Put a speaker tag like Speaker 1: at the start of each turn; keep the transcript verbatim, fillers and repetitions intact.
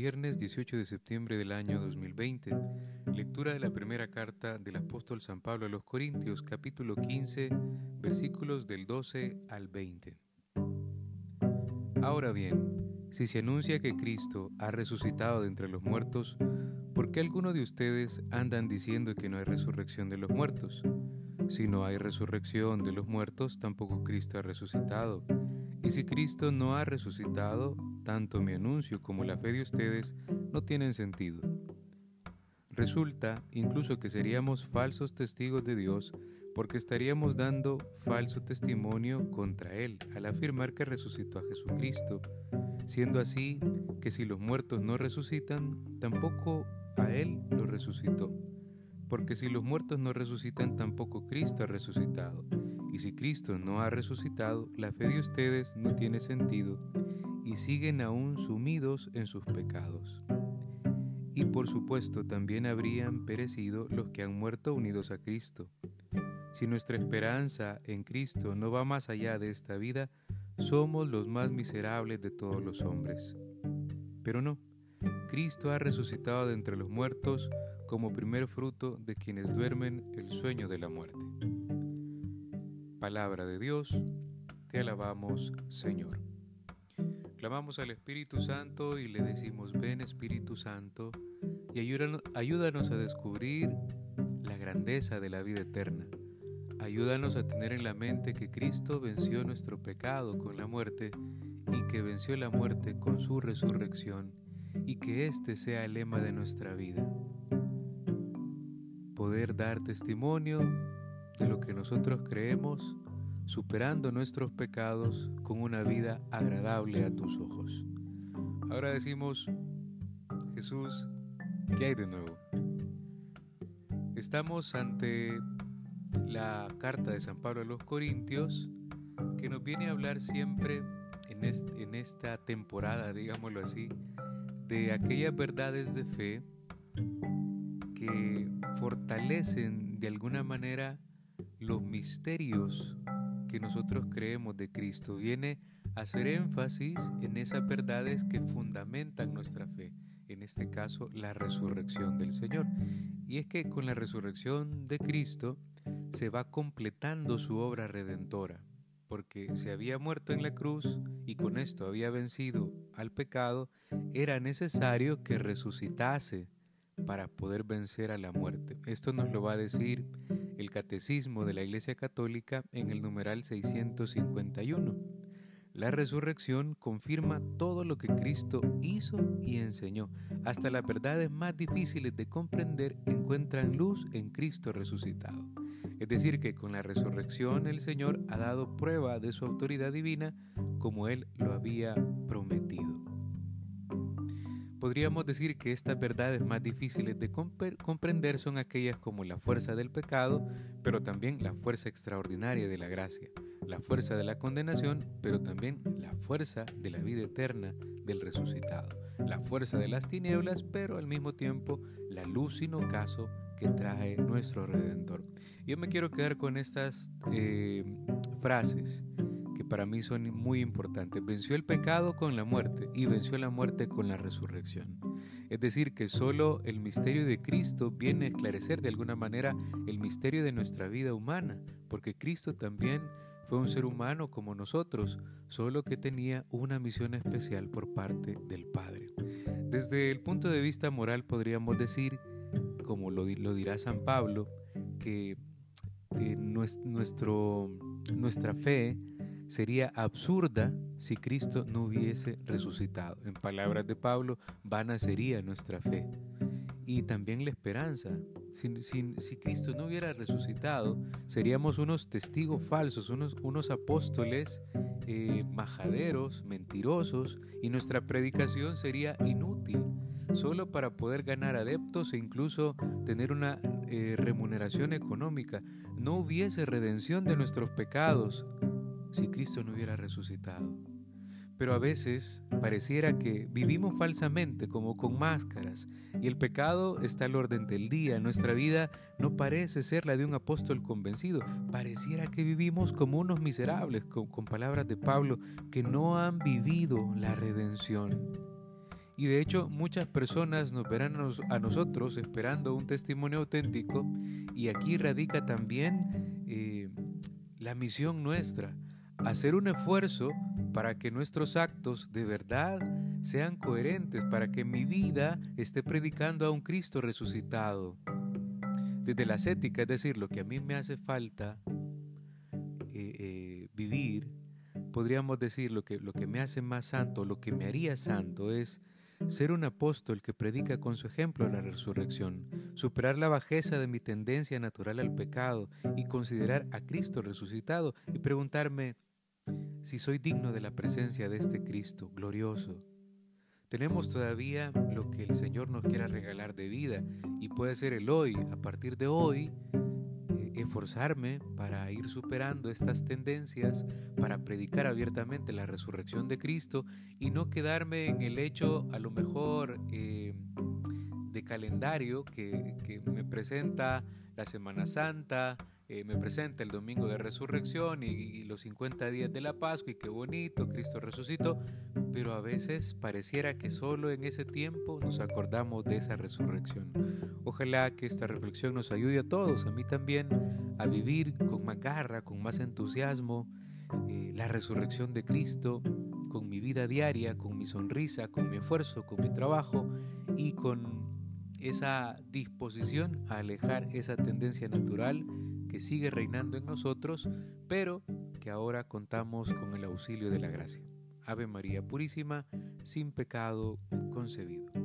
Speaker 1: Viernes dieciocho de septiembre del año dos mil veinte. Lectura de la primera carta del apóstol San Pablo a los Corintios, capítulo quince, versículos del doce al veinte. Ahora bien, si se anuncia que Cristo ha resucitado de entre los muertos, ¿por qué algunos de ustedes andan diciendo que no hay resurrección de los muertos? Si no hay resurrección de los muertos, tampoco Cristo ha resucitado. Y si Cristo no ha resucitado, tanto mi anuncio como la fe de ustedes no tienen sentido. Resulta incluso que seríamos falsos testigos de Dios porque estaríamos dando falso testimonio contra Él al afirmar que resucitó a Jesucristo, siendo así que si los muertos no resucitan, tampoco a Él lo resucitó. Porque si los muertos no resucitan, tampoco Cristo ha resucitado. Y si Cristo no ha resucitado, la fe de ustedes no tiene sentido y siguen aún sumidos en sus pecados. Y por supuesto también habrían perecido los que han muerto unidos a Cristo. Si nuestra esperanza en Cristo no va más allá de esta vida, somos los más miserables de todos los hombres. Pero no, Cristo ha resucitado de entre los muertos como primer fruto de quienes duermen el sueño de la muerte. Palabra de Dios, te alabamos, Señor. Clamamos al Espíritu Santo y le decimos: ven, Espíritu Santo, y ayúdanos, ayúdanos a descubrir la grandeza de la vida eterna. Ayúdanos a tener en la mente que Cristo venció nuestro pecado con la muerte y que venció la muerte con su resurrección, y que este sea el lema de nuestra vida. Poder dar testimonio de lo que nosotros creemos, superando nuestros pecados con una vida agradable a tus ojos. Ahora decimos: Jesús, ¿qué hay de nuevo? Estamos ante la carta de San Pablo a los Corintios, que nos viene a hablar siempre en, este, en esta temporada, digámoslo así, de aquellas verdades de fe que fortalecen de alguna manera los misterios que nosotros creemos de Cristo. Viene a hacer énfasis en esas verdades que fundamentan nuestra fe, en este caso la resurrección del Señor. Y es que con la resurrección de Cristo se va completando su obra redentora, porque se había muerto en la cruz y con esto había vencido al pecado. Era necesario que resucitase para poder vencer a la muerte. Esto nos lo va a decir el Catecismo de la Iglesia Católica en el numeral seiscientos cincuenta y uno. La resurrección confirma todo lo que Cristo hizo y enseñó. Hasta las verdades más difíciles de comprender encuentran luz en Cristo resucitado. Es decir, que con la resurrección el Señor ha dado prueba de su autoridad divina como Él lo había prometido. Podríamos decir que estas verdades más difíciles de comp- comprender son aquellas como la fuerza del pecado, pero también la fuerza extraordinaria de la gracia, la fuerza de la condenación, pero también la fuerza de la vida eterna del resucitado, la fuerza de las tinieblas, pero al mismo tiempo la luz sin ocaso que trae nuestro Redentor. Yo me quiero quedar con estas eh, frases que para mí son muy importantes. Venció el pecado con la muerte y venció la muerte con la resurrección. Es decir, que solo el misterio de Cristo viene a esclarecer de alguna manera el misterio de nuestra vida humana, porque Cristo también fue un ser humano como nosotros, solo que tenía una misión especial por parte del Padre. Desde el punto de vista moral podríamos decir, como lo, lo dirá San Pablo, que eh, nuestro, nuestra fe sería absurda si Cristo no hubiese resucitado. En palabras de Pablo, vana sería nuestra fe. Y también la esperanza. Si, si, si Cristo no hubiera resucitado, seríamos unos testigos falsos, unos, unos apóstoles eh, majaderos, mentirosos, y nuestra predicación sería inútil, solo para poder ganar adeptos e incluso tener una eh, remuneración económica. No hubiese redención de nuestros pecados si Cristo no hubiera resucitado. Pero a veces pareciera que vivimos falsamente, como con máscaras, y el pecado está al orden del día. Nuestra vida no parece ser la de un apóstol convencido. Pareciera que vivimos como unos miserables, con, con palabras de Pablo, que no han vivido la redención. Y de hecho muchas personas nos verán a nosotros esperando un testimonio auténtico, y aquí radica también eh, la misión nuestra, hacer un esfuerzo para que nuestros actos de verdad sean coherentes, para que mi vida esté predicando a un Cristo resucitado. Desde la ascética, es decir, lo que a mí me hace falta eh, eh, vivir, podríamos decir lo que, lo que me hace más santo, lo que me haría santo es ser un apóstol que predica con su ejemplo la resurrección, superar la bajeza de mi tendencia natural al pecado y considerar a Cristo resucitado y preguntarme si soy digno de la presencia de este Cristo glorioso. Tenemos todavía lo que el Señor nos quiera regalar de vida, y puede ser el hoy. A partir de hoy, eh, esforzarme para ir superando estas tendencias, para predicar abiertamente la resurrección de Cristo y no quedarme en el hecho a lo mejor eh, de calendario que, que me presenta la Semana Santa, eh, me presenta el Domingo de Resurrección y, y los cincuenta días de la Pascua, y qué bonito, Cristo resucitó, pero a veces pareciera que solo en ese tiempo nos acordamos de esa resurrección. Ojalá que esta reflexión nos ayude a todos, a mí también, a vivir con más garra, con más entusiasmo, eh, la resurrección de Cristo, con mi vida diaria, con mi sonrisa, con mi esfuerzo, con mi trabajo y con esa disposición a alejar esa tendencia natural que sigue reinando en nosotros, pero que ahora contamos con el auxilio de la gracia. Ave María Purísima, sin pecado concebido.